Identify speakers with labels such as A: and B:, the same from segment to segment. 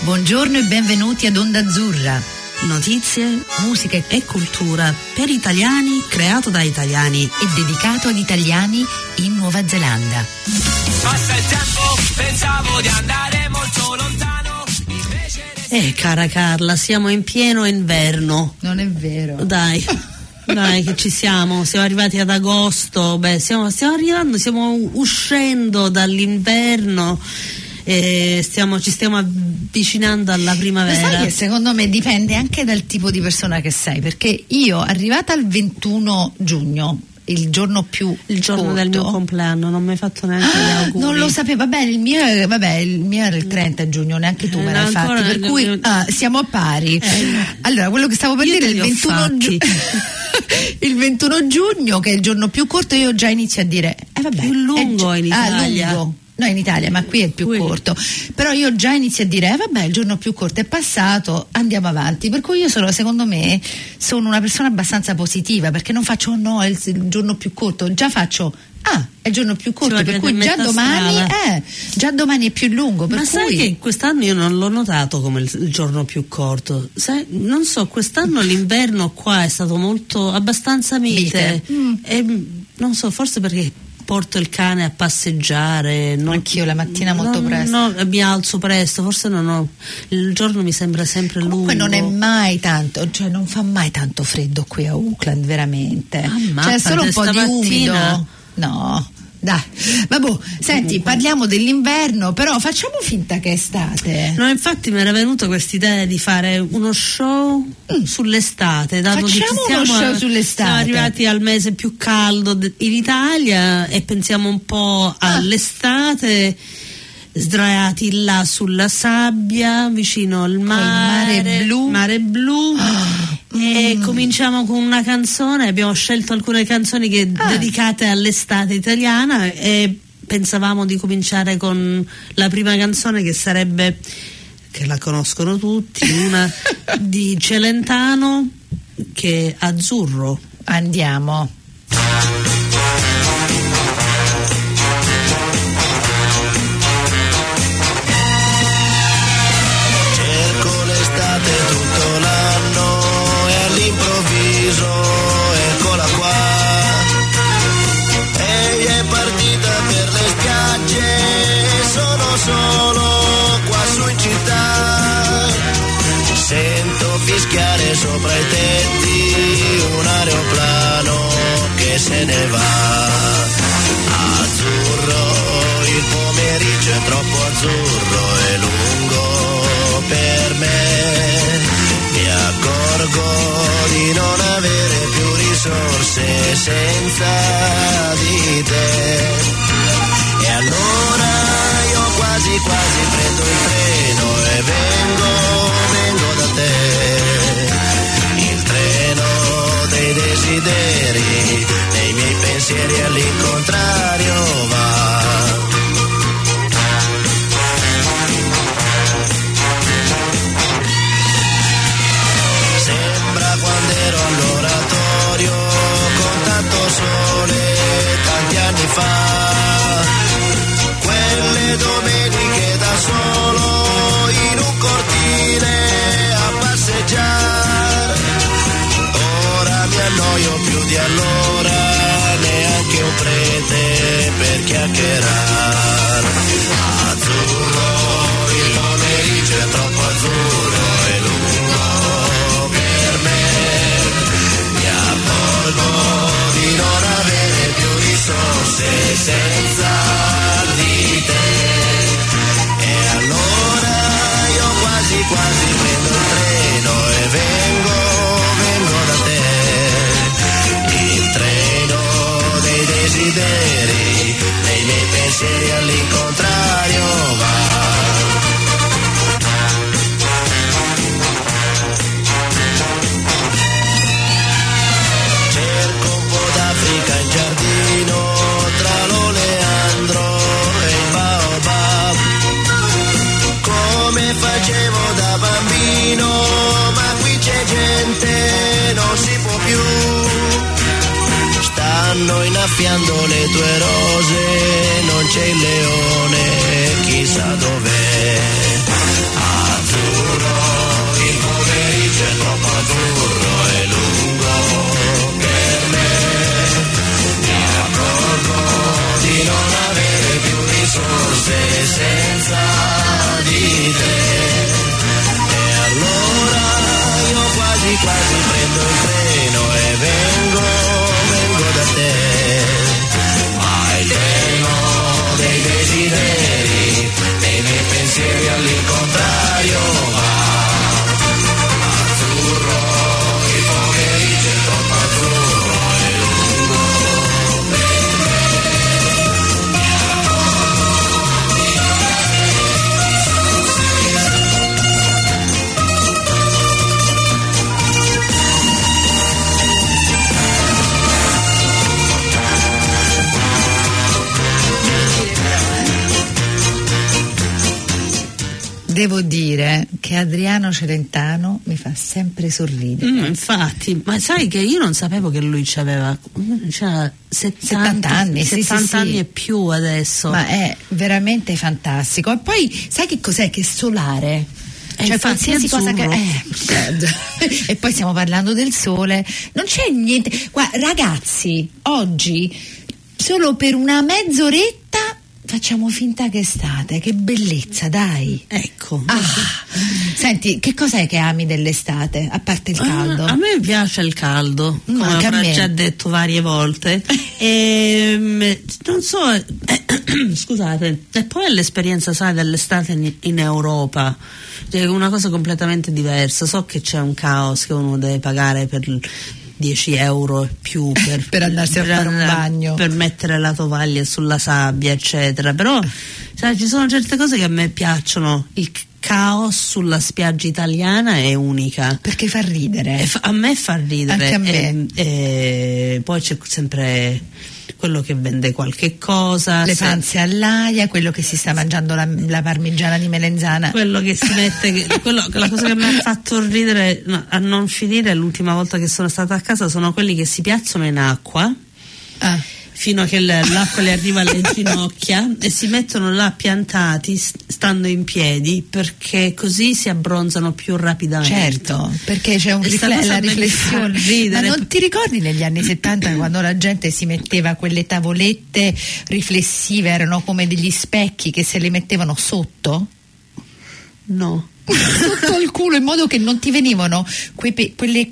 A: Buongiorno e benvenuti ad Onda Azzurra.
B: Notizie, musica e cultura per italiani, creato da italiani
A: e dedicato ad italiani in Nuova Zelanda.
C: Passa il tempo, pensavo di andare molto lontano.
B: Cara Carla, siamo in pieno inverno.
A: Non è vero.
B: Dai che ci siamo arrivati ad agosto, stiamo uscendo dall'inverno. Ci stiamo avvicinando alla primavera.
A: Ma sai che secondo me dipende anche dal tipo di persona che sei, perché io arrivata al 21 giugno, il giorno più corto,
B: del mio compleanno, non mi hai fatto neanche gli auguri.
A: Non lo sapevo, il mio era il 30 giugno, neanche tu me l'hai fatto, per cui siamo a pari. Allora, quello che stavo per dire, il 21 giugno il 21 giugno, che è il giorno più corto, io già inizio a dire
B: più lungo in Italia.
A: Lungo. No, in Italia, ma qui è più corto. Però io già inizio a dire il giorno più corto è passato, andiamo avanti. Per cui io secondo me sono una persona abbastanza positiva, perché non faccio è il giorno più corto, già faccio è il giorno più corto, per cui già domani è più lungo.
B: Ma sai che quest'anno io non l'ho notato come il giorno più corto. Non so, quest'anno l'inverno qua è stato abbastanza mite. E non so, forse perché porto il cane a passeggiare.
A: Anch'io la mattina molto presto.
B: Mi alzo presto, forse il giorno mi sembra sempre
A: comunque
B: lungo.
A: Non è mai tanto, non fa mai tanto freddo qui a Auckland, veramente. Solo un po' di umido. No. Dai, senti, parliamo dell'inverno, però facciamo finta che è estate.
B: No, infatti mi era venuta quest'idea di fare uno show sull'estate.
A: Facciamo uno show sull'estate.
B: Siamo arrivati al mese più caldo in Italia e pensiamo un po' all'estate, sdraiati là sulla sabbia vicino al mare blu. E cominciamo con una canzone. Abbiamo scelto alcune canzoni dedicate all'estate italiana e pensavamo di cominciare con la prima canzone, che la conoscono tutti, una di Celentano, che è Azzurro.
A: Andiamo.
D: Eccola qua, ehi, è partita per le spiagge, sono solo qua su in città, sento fischiare sopra i tetti un aeroplano che se ne va. Azzurro, il pomeriggio è troppo azzurro e lungo per me. Mi accorgo di non avere più risorse senza di te. E allora io quasi prendo il treno e vengo da te. Il treno dei desideri, dei miei pensieri all'incontrario va. Quando ero all'oratorio con tanto sole tanti anni fa, quelle domeniche da solo in un cortile a passeggiare, ora mi annoio più di allora, neanche un prete per chiacchierare. Azzurro, il pomeriggio è troppo azzurro e lungo per me. Di non avere più risorse senza di te. E allora io quasi prendo il treno e vengo da te. Il treno dei desideri, dei miei pensieri all'incontrario va. In giardino tra l'oleandro e il baobab, come facevo da bambino, ma qui c'è gente, non si può più. Stanno innaffiando le tue rose, non c'è il leone, chissà dov'è. Azzurro, desideri, nei miei pensieri all'incontrario va. Azzurro, il pomeriggio è troppo azzurro e lungo.
A: Devo dire che Adriano Celentano mi fa sempre sorridere.
B: Infatti, ma sai che io non sapevo che lui c'aveva 70
A: anni,
B: 70 anni e più adesso.
A: Ma è veramente fantastico. E poi sai che cos'è? Che è solare. Cioè qualsiasi cosa che e poi stiamo parlando del sole, non c'è niente. Guarda, ragazzi, oggi solo per una mezz'oretta facciamo finta che è estate, che bellezza, dai.
B: Ecco.
A: Senti, che cos'è che ami dell'estate, a parte il caldo?
B: A me piace il caldo, come avrò già detto varie volte. Non so, scusate, e poi l'esperienza, sai, dell'estate in Europa, cioè una cosa completamente diversa. So che c'è un caos, che uno deve pagare per 10 euro e più
A: per andarsi a fare un bagno,
B: per mettere la tovaglia sulla sabbia, eccetera. Però sai, ci sono certe cose che a me piacciono. Il caos sulla spiaggia italiana è unica,
A: perché fa ridere.
B: A me fa ridere.
A: Anche a me.
B: Poi c'è sempre quello che vende qualche cosa,
A: le panze all'aia, quello che si sta mangiando la parmigiana di melenzana,
B: quello che si mette la cosa che mi ha fatto ridere a non finire l'ultima volta che sono stata a casa sono quelli che si piazzano in acqua fino a che l'acqua le arriva alle ginocchia e si mettono là piantati stando in piedi, perché così si abbronzano più rapidamente.
A: Certo, perché c'è la riflessione. Ma non ti ricordi negli anni 70 quando la gente si metteva quelle tavolette riflessive, erano come degli specchi che se le mettevano sotto?
B: No.
A: Sotto il culo, in modo che non ti venivano quelle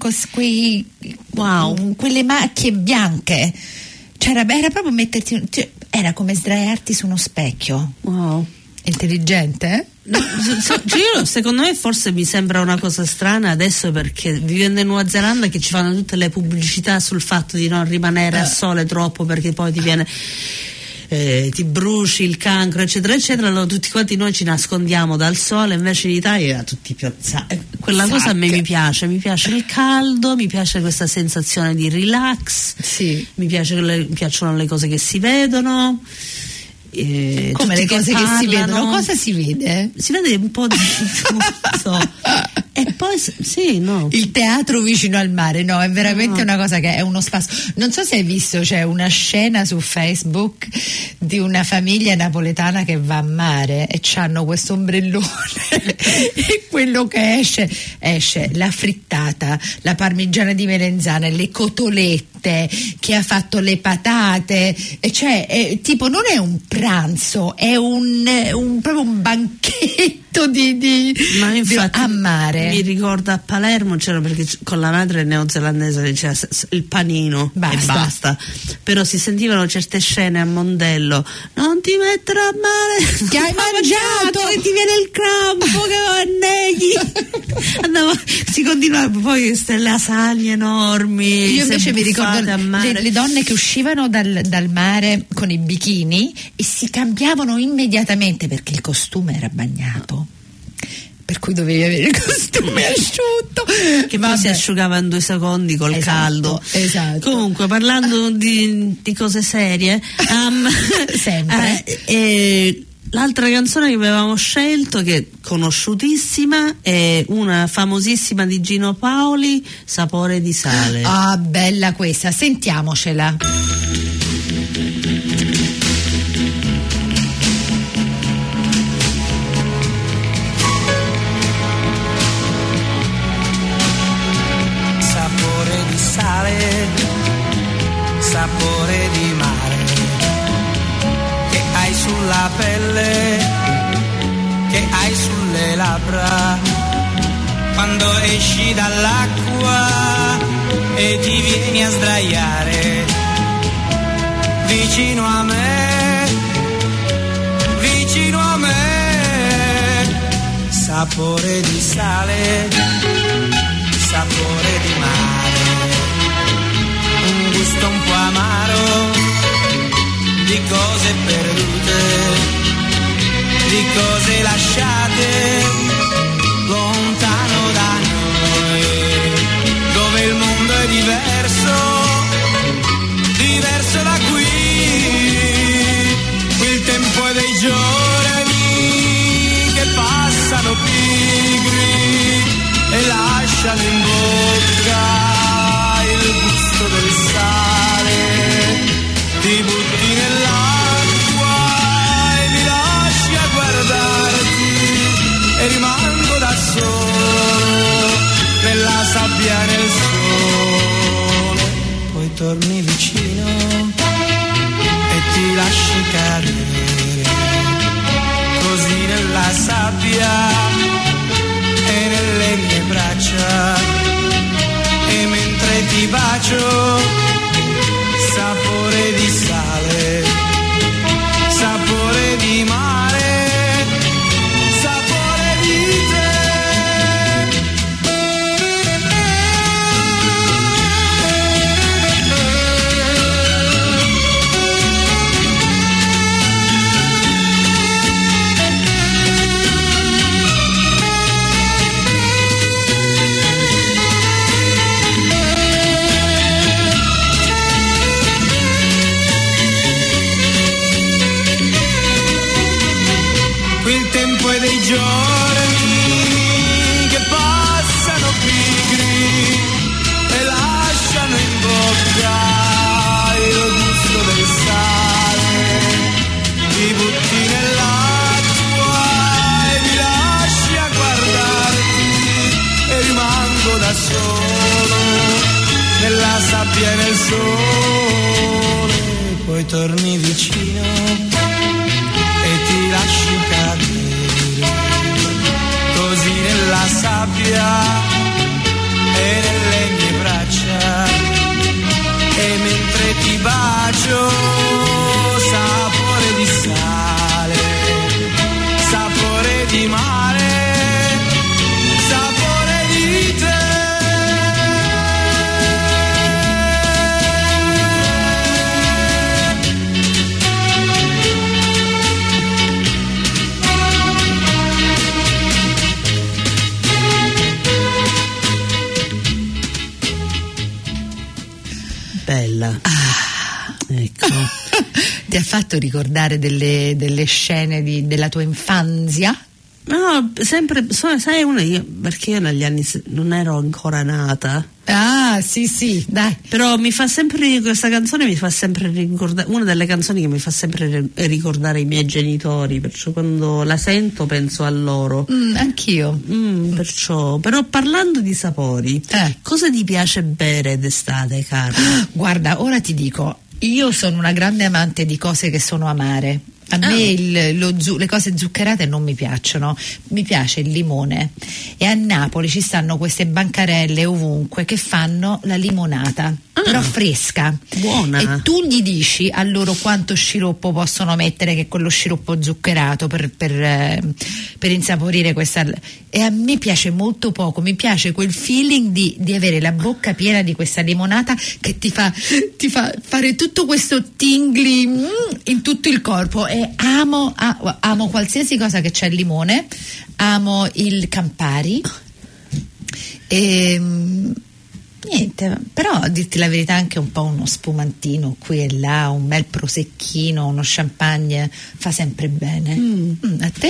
A: macchie bianche. Era proprio metterti, era come sdraiarti su uno specchio.
B: Wow.
A: Intelligente?
B: Secondo me forse mi sembra una cosa strana adesso, perché vivendo in Nuova Zelanda che ci fanno tutte le pubblicità sul fatto di non rimanere al sole troppo, perché poi ti viene ti bruci il cancro, eccetera eccetera. Allora tutti quanti noi ci nascondiamo dal sole, invece in Italia tutti piazzati. Quella cosa a me mi piace il caldo, mi piace questa sensazione di relax, mi piacciono le cose che si vedono.
A: Come le cose che si vedono? Cosa si vede?
B: Si vede un po' di e poi
A: il teatro vicino al mare, no, è veramente una cosa che è uno spasso. Non so se hai visto, c'è una scena su Facebook di una famiglia napoletana che va a mare e c'hanno questo ombrellone e quello che esce la frittata, la parmigiana di melenzane, le cotolette, che ha fatto le patate, e cioè tipo non è un pranzo, è proprio un banchetto
B: ma infatti
A: a mare.
B: Mi ricorda a Palermo c'era, perché con la madre neozelandese c'era il panino e basta, però si sentivano certe scene a Mondello: non ti mettere a mare
A: che hai mangiato
B: e ti viene il crampo, che anneghi. Si continuava poi queste lasagne enormi.
A: Io invece mi ricordo le donne che uscivano dal mare con i bikini e si cambiavano immediatamente perché il costume era bagnato, per cui dovevi avere il costume asciutto,
B: che poi si asciugava in 2 secondi col caldo.
A: Esatto.
B: Comunque, parlando di cose serie,
A: sempre
B: l'altra canzone che avevamo scelto, che è conosciutissima, è una famosissima di Gino Paoli, Sapore di sale.
A: Ah, bella questa, sentiamocela.
C: Sapore di sale, sapore di mare, che hai sulla pelle, che hai sulle labbra, quando esci dall'acqua e ti vieni a sdraiare vicino a me, sapore di sale, sapore di mare, un gusto un po' amaro di cose perdute, di cose lasciate lontano da noi, dove il mondo è diverso, diverso da qui. Il tempo è dei giorni che passano pigri e lasciano in bocca il gusto del sale, ti butti nell'acqua e mi lasci a guardarti e rimango da solo nella sabbia e nel sole, poi torni vicino e ti lasci cadere così nella sabbia e nelle mie braccia, e mentre ti bacio sapore di sale, sapore di mare, sapore di te. Dei giorni che passano pigri e lasciano in bocca il gusto del sale, ti butti nell'acqua e mi lasci a guardarti e rimango da solo nella sabbia e nel sole, poi torni vicino e ti lasci cadere così nella sabbia e nelle mie braccia, e mentre ti bacio sapore di sale, sapore di mare, sapore di te.
B: Bella. Ecco.
A: Ti ha fatto ricordare delle scene della tua infanzia?
B: No, sempre, sai, perché io negli anni non ero ancora nata.
A: Ah, sì, dai.
B: Però mi fa sempre, questa canzone mi fa sempre ricordare, una delle canzoni che mi fa sempre ricordare i miei genitori, perciò quando la sento penso a loro.
A: Anch'io.
B: Perciò, però parlando di sapori, cosa ti piace bere d'estate, Carla?
A: Guarda, ora ti dico, io sono una grande amante di cose che sono amare. A me le cose zuccherate non mi piacciono, mi piace il limone, e a Napoli ci stanno queste bancarelle ovunque che fanno la limonata, però fresca,
B: buona,
A: e tu gli dici a loro quanto sciroppo possono mettere, che è quello sciroppo zuccherato per insaporire questa, e a me piace molto poco, mi piace quel feeling di avere la bocca piena di questa limonata che ti fa fare tutto questo tingly in tutto il corpo. E amo qualsiasi cosa che c'è il limone, amo il Campari e niente, però a dirti la verità anche un po' uno spumantino qui e là, un bel prosecchino, uno champagne fa sempre bene. A te?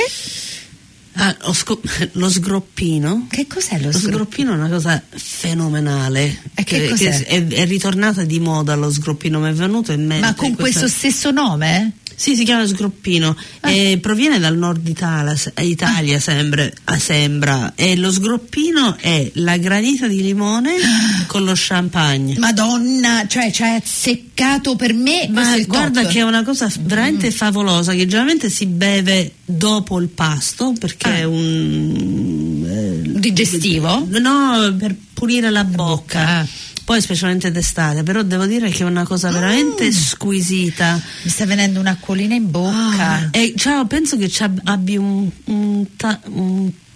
B: Lo sgroppino.
A: Che cos'è lo
B: sgroppino? È una cosa fenomenale.
A: E che cos'è?
B: È ritornata di moda lo sgroppino, mi è venuto in mente.
A: Ma con questo stesso nome?
B: Sì, si chiama sgroppino, proviene dal nord Italia sembra, e lo sgroppino è la granita di limone con lo champagne.
A: Madonna, cioè c'è seccato per me.
B: Ma guarda che è una cosa veramente favolosa, che generalmente si beve dopo il pasto perché è un
A: digestivo?
B: No, per pulire la bocca. Poi specialmente d'estate, però devo dire che è una cosa veramente squisita.
A: Mi sta venendo un'acquolina in bocca.
B: E penso che abbia un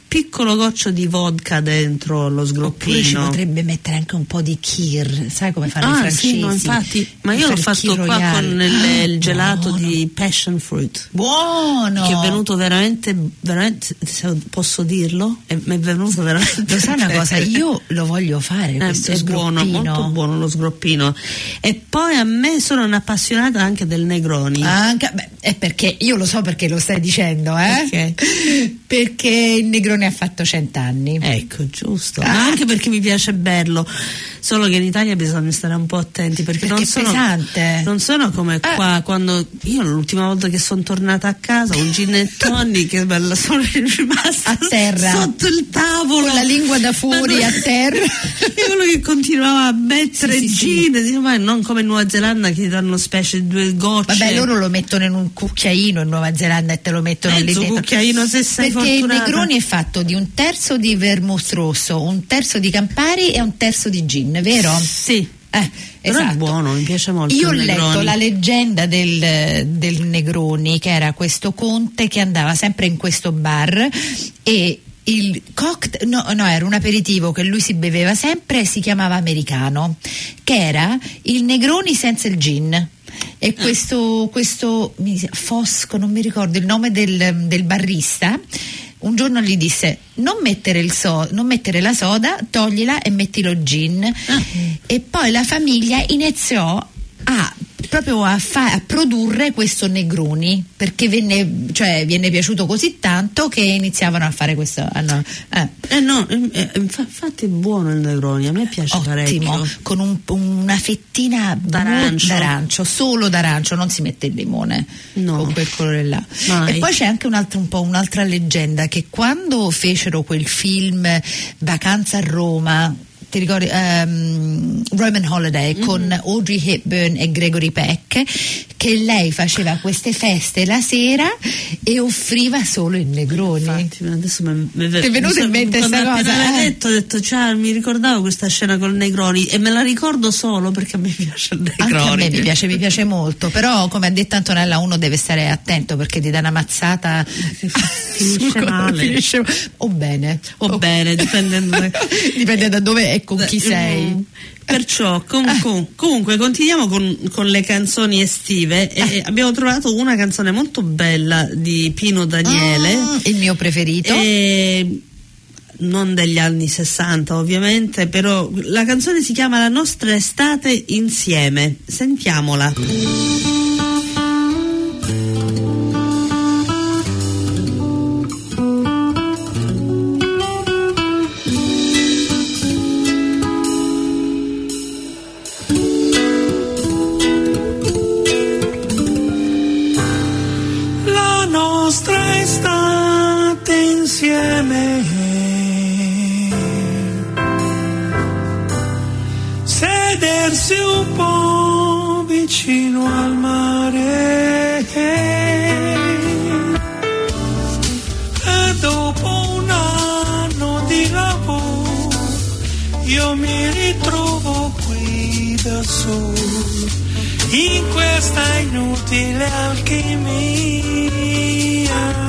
B: piccolo goccio di vodka dentro lo sgroppino.
A: Oppure ci potrebbe mettere anche un po' di kir, sai come fanno i francesi?
B: Sì, no, infatti, ma io l'ho fatto qua con il gelato di passion fruit.
A: Buono!
B: Che è venuto veramente, se posso dirlo, è venuto veramente.
A: Lo sai una cosa, io lo voglio fare questo sgroppino.
B: Buono, molto buono lo sgroppino. E poi a me sono un'appassionata anche del Negroni.
A: È perché io lo so perché lo stai dicendo,
B: Okay.
A: Perché il Negroni ha fatto 100 anni.
B: Ecco, giusto. Ma anche perché mi piace berlo. Solo che in Italia bisogna stare un po' attenti perché non sono
A: pesante.
B: Non sono come qua, quando io l'ultima volta che sono tornata a casa un gin e tonic bella, sono rimasta
A: a terra
B: sotto il tavolo
A: con la lingua da fuori a terra.
B: E quello che continuava a mettere gin, ma non come in Nuova Zelanda che ti danno specie 2 gocce.
A: Vabbè, loro lo mettono in un cucchiaino in Nuova Zelanda e te lo mettono lì dentro.
B: Cucchiaino se sei
A: perché
B: fortunata.
A: Il Negroni è fatto di 1/3 di vermouth rosso, 1/3 di Campari e 1/3 di gin, vero?
B: Sì. Però
A: esatto.
B: È buono, mi piace molto.
A: Io ho
B: il Negroni.
A: letto la leggenda del Negroni, che era questo conte che andava sempre in questo bar e il cocktail, no, era un aperitivo che lui si beveva sempre e si chiamava americano, che era il Negroni senza il gin. E questo Fosco, non mi ricordo il nome del barista, un giorno gli disse non mettere la soda, toglila e metti lo gin. E poi la famiglia iniziò a produrre questo Negroni perché viene piaciuto così tanto che iniziavano a fare questo.
B: Infatti è buono il Negroni, a me piace parecchio.
A: Con una fettina d'arancio, solo d'arancio, non si mette il limone con quel colore là.
B: Mai.
A: E poi c'è anche un'altra leggenda, che quando fecero quel film Vacanza a Roma, ti ricordi, Roman Holiday, con Audrey Hepburn e Gregory Peck, che lei faceva queste feste la sera e offriva solo il Negroni.
B: Infatti, adesso ti
A: è venuta in mente questa cosa?
B: Ho detto mi ricordavo questa scena col Negroni e me la ricordo solo perché a me piace il Negroni.
A: Anche a me mi piace molto, però come ha detto Antonella uno deve stare attento perché ti dà una mazzata
B: finisce male.
A: O bene, dipende da dove e con chi sei.
B: Perciò comunque continuiamo con le canzoni estive e abbiamo trovato una canzone molto bella di Pino Daniele,
A: il mio preferito,
B: non degli anni 60 ovviamente, però la canzone si chiama La nostra estate insieme, sentiamola.
E: Sedersi un po' vicino al mare e dopo un anno di lavoro io mi ritrovo qui da solo in questa inutile alchimia.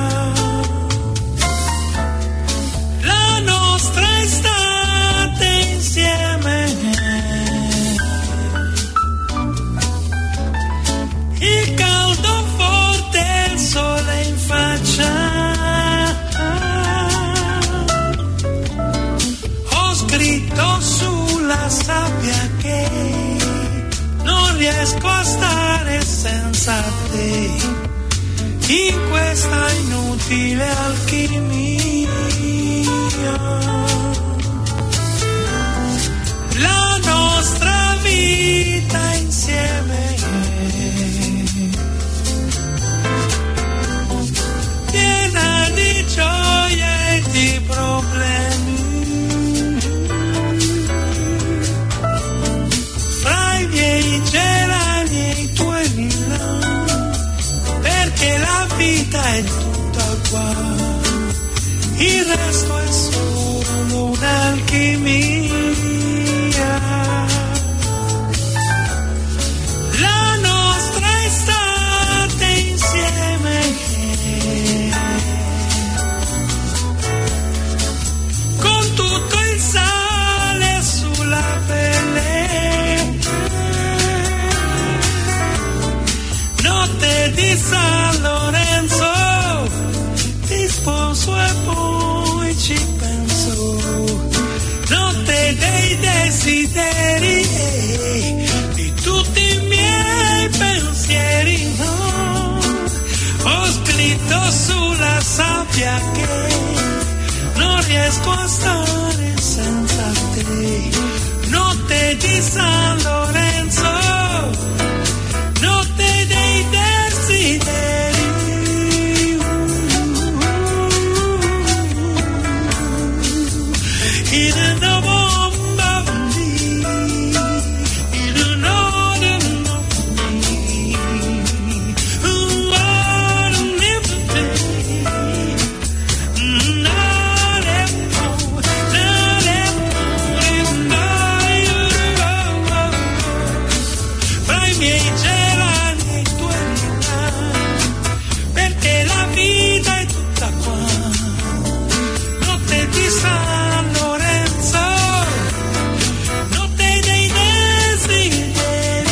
E: La nostra estate insieme, il caldo forte, il sole in faccia. Ho scritto sulla sabbia che non riesco a stare senza te in questa inutile alchimia. La nostra vita insieme piena di gioie e di problemi, fra i miei gerani e i tuoi Milan, perché la vita è tutta qua, il resto è solo un'alchimia. La nostra estate insieme desideri, di tutti i miei pensieri, no. Ho scritto sulla sabbia che non riesco a stare senza te. Notte di San Lorenzo, notte dei desideri. In una bomba lì, in un ordine lì, what a liberty, fra i miei gelati e i tuoi perché la vita è tutta qua, notte di San Lorenzo, notte dei desideri.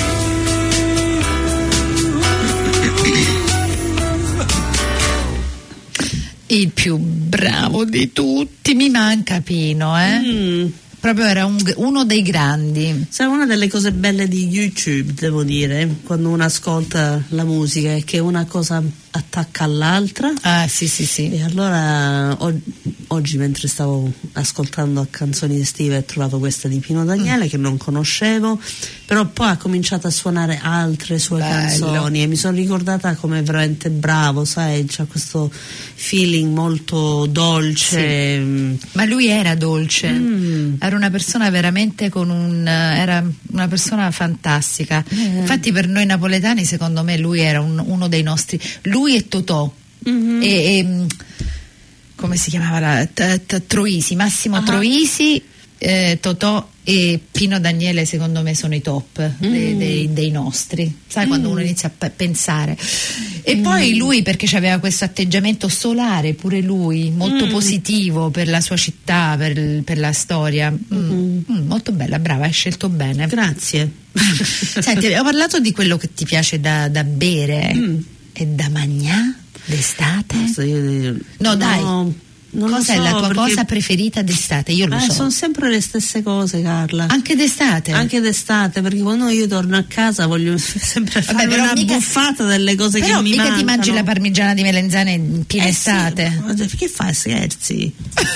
A: Il più bravo di tutti, mi manca Pino, proprio era uno dei grandi.
B: Sai, una delle cose belle di YouTube, devo dire, quando uno ascolta la musica, è che una cosa attacca all'altra.
A: Ah, sì.
B: E allora oggi, mentre stavo ascoltando canzoni estive, ho trovato questa di Pino Daniele che non conoscevo, però poi ha cominciato a suonare altre sue canzoni e mi sono ricordata come veramente bravo, sai, c'ha questo feeling molto dolce.
A: Sì. Ma lui era dolce, era una persona veramente era una persona fantastica. Infatti per noi napoletani, secondo me, lui era uno dei nostri, lui e Totò, e come si chiamava Troisi, Massimo Troisi, Totò e Pino Daniele, secondo me sono i top dei nostri, sai, quando uno inizia a pensare. E poi lui, perché aveva questo atteggiamento solare pure lui, molto positivo per la sua città, per la storia. Molto bella, brava, hai scelto bene.
B: Grazie.
A: Senti, abbiamo parlato di quello che ti piace da bere e da mangiare d'estate? No, dai. Cos'è la tua cosa preferita d'estate? Io lo so.
B: Sono sempre le stesse cose, Carla.
A: Anche d'estate?
B: Anche d'estate, perché quando io torno a casa voglio sempre fare una buffata delle cose che mi mancano. Però mica ti mangi la parmigiana di melenzane in piena estate? Sì.
A: Perché fai scherzi?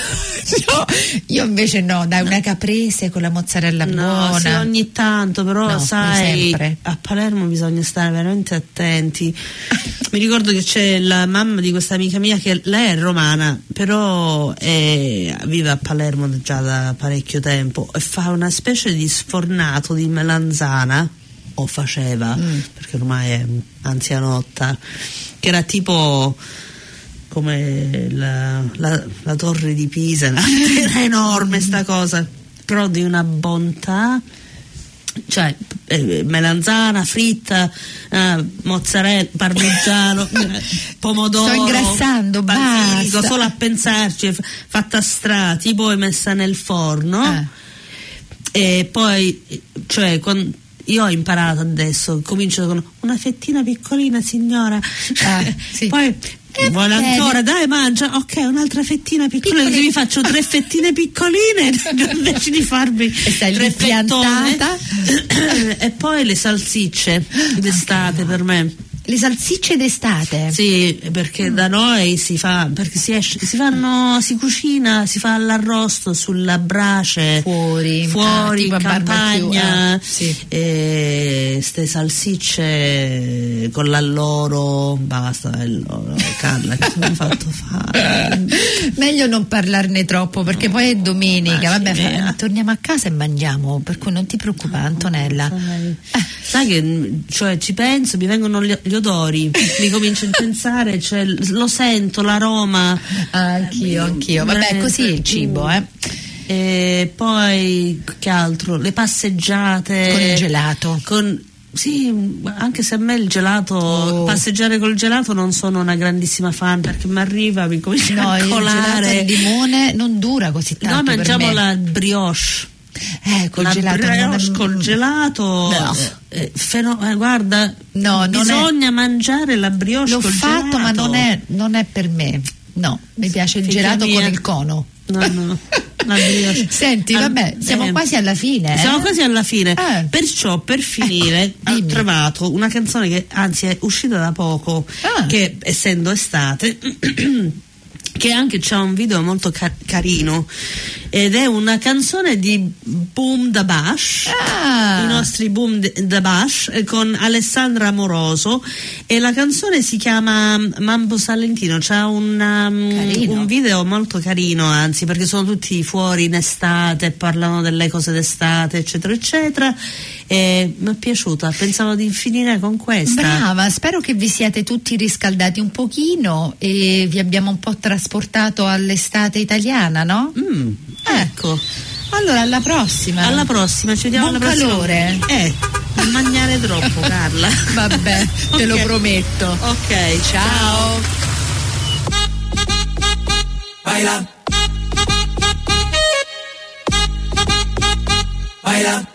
A: Io invece no, dai, una caprese con la mozzarella buona.
B: Sì, ogni tanto, però no, sai, sempre. A Palermo bisogna stare veramente attenti. Mi ricordo che c'è la mamma di questa amica mia, che lei è romana, però vive a Palermo già da parecchio tempo, e fa una specie di sfornato di melanzana, o faceva, perché ormai è anzianotta, che era tipo come la torre di Pisa, era enorme sta cosa, però di una bontà, cioè melanzana fritta, mozzarella, parmigiano, pomodoro,
A: sto ingrassando, basta,
B: solo a pensarci, fatta a strati, poi messa nel forno. E poi, cioè, io ho imparato adesso, comincio con una fettina piccolina, signora, sì. Poi vuole ancora, dai, mangia, ok, un'altra fettina piccolina, così vi faccio 3 fettine piccoline invece di farmi 3 fettone. E poi le salsicce d'estate per me.
A: Le salsicce d'estate?
B: Sì, perché da noi si fa, perché si cucina, si fa l'arrosto sulla brace fuori in campagna, sì. E ste salsicce con l'alloro, basta, Carla, che mi hai fatto fare?
A: Meglio non parlarne troppo, perché poi è domenica, vabbè, torniamo a casa e mangiamo, per cui non ti preoccupare, Antonella.
B: Sai che, cioè, ci penso, mi vengono gli odori, mi comincio a pensare, cioè, lo sento, l'aroma.
A: Anch'io. Vabbè, è così il cibo,
B: E poi che altro? Le passeggiate
A: con il gelato.
B: Sì, anche se a me il gelato, passeggiare col gelato non sono una grandissima fan, perché mi arriva, mi comincia a colare.
A: Il gelato al limone non dura così tanto.
B: Noi mangiamo la brioche.
A: Col gelato
B: col gelato guarda, bisogna mangiare la brioche.
A: L'ho
B: col
A: fatto,
B: gelato.
A: ma non è per me. No, mi piace il gelato con il cono.
B: No.
A: Senti, vabbè, siamo quasi alla fine.
B: Siamo quasi alla fine. Perciò, per finire, ho trovato una canzone che anzi è uscita da poco, che essendo estate che anche c'ha un video molto carino, ed è una canzone di Boom da Bash, i nostri Boom da Bash, con Alessandra Amoroso, e la canzone si chiama Mambo Salentino. C'ha un video molto carino, anzi, perché sono tutti fuori in estate, parlano delle cose d'estate, eccetera eccetera, e mi è piaciuta, pensavo di finire con questa.
A: Brava, spero che vi siate tutti riscaldati un pochino e vi abbiamo un po' trasportato all'estate italiana, no?
B: Ecco.
A: Allora, alla prossima.
B: Alla prossima, ci vediamo alla prossima.
A: Calore.
B: Non mangiare troppo, Carla.
A: Vabbè, te lo prometto.
B: Ok, ciao.
C: Baila. Baila.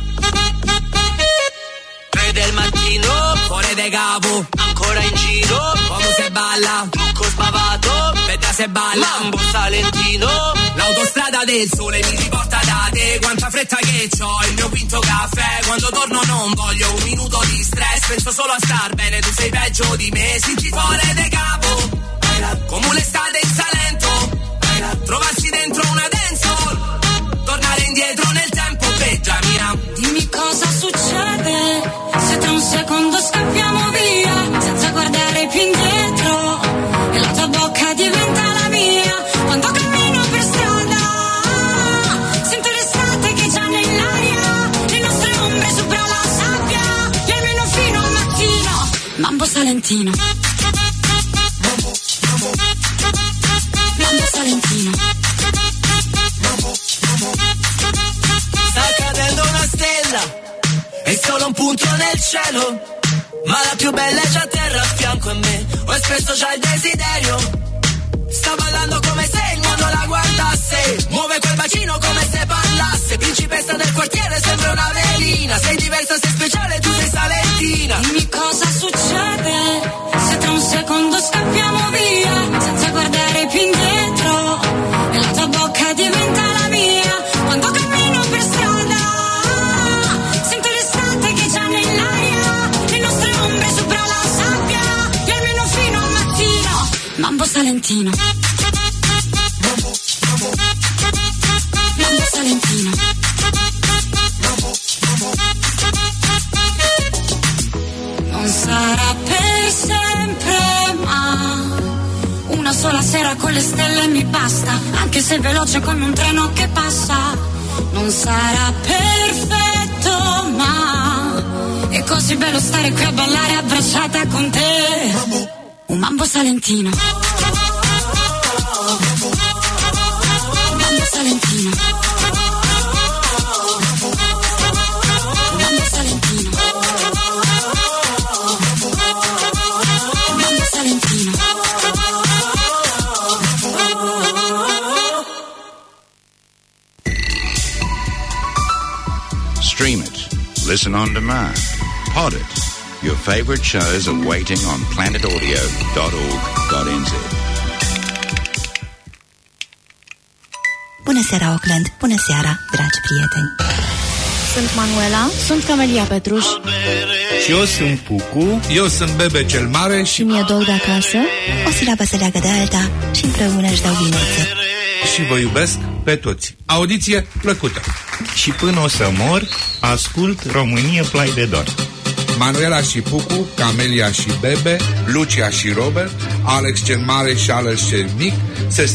C: 3 del mattino, fuori dai capo, ancora in giro, come se balla, trucco spavato, vedrà se balla, Mambo Salentino, l'autostrada del sole mi riporta da te, quanta fretta che c'ho, il mio quinto caffè, quando torno non voglio un minuto di stress, penso solo a star bene, tu sei peggio di me, sinci fuori dai capo, come l'estate in Salento, trovarsi dentro una dancehall, tornare indietro nel tempo, peggia mia.
F: Dimmi cosa succede se tra un secondo scappiamo via senza guardare più indietro e la tua bocca diventa la mia. Quando cammino per strada sento l'estate che già nell'aria, le nostre ombre sopra la sabbia e almeno fino al mattino. Mambo Salentino, Mambo Salentino.
C: Sta cadendo una stella, è solo un punto nel cielo, ma la più bella è già a terra a fianco a me, ho espresso già il desiderio, sta ballando come se il mondo la guardasse, muove quel bacino come se parlasse, principessa del quartiere sembra una velina, sei diversa, sei speciale, tu sei salentina.
F: Dimmi cosa succede se tra un secondo scappiamo via senza guardare più indietro e la tua bocca diventa la mia. Quando cammino per strada sento l'estate che già nell'aria, le nostre ombre sopra la sabbia e almeno fino al mattino. Mambo Salentino, Mambo Salentino. Non sarà per sempre, ma una sola sera con le stelle mi basta, anche se veloce come un treno che passa. Non sarà perfetto, ma è così bello stare qui a ballare abbracciata con te. Un Mambo Salentino, Mambo Salentino, Mambo Salentino, Mambo Salentino.
G: Stream it, listen on demand, pod it. Your favorite shows are waiting on planetaudio.org.nz.
H: Bună seara, Auckland! Bună seara, dragi prieteni!
I: Sunt Manuela, sunt Camelia Petruș.
J: Și eu sunt Pucu. Eu sunt Bebe cel Mare.
I: Și mi-e dor de acasă.
H: O silabă se leagă de alta și împreună își dau vinețe.
J: Și vă iubesc pe toți. Audiție plăcută.
K: Și până o să mor, ascult România Plai de Dor.
J: Manuela și Pucu, Camelia și Bebe, Lucia și Robert, Alex cel Mare și Alex cel Mic se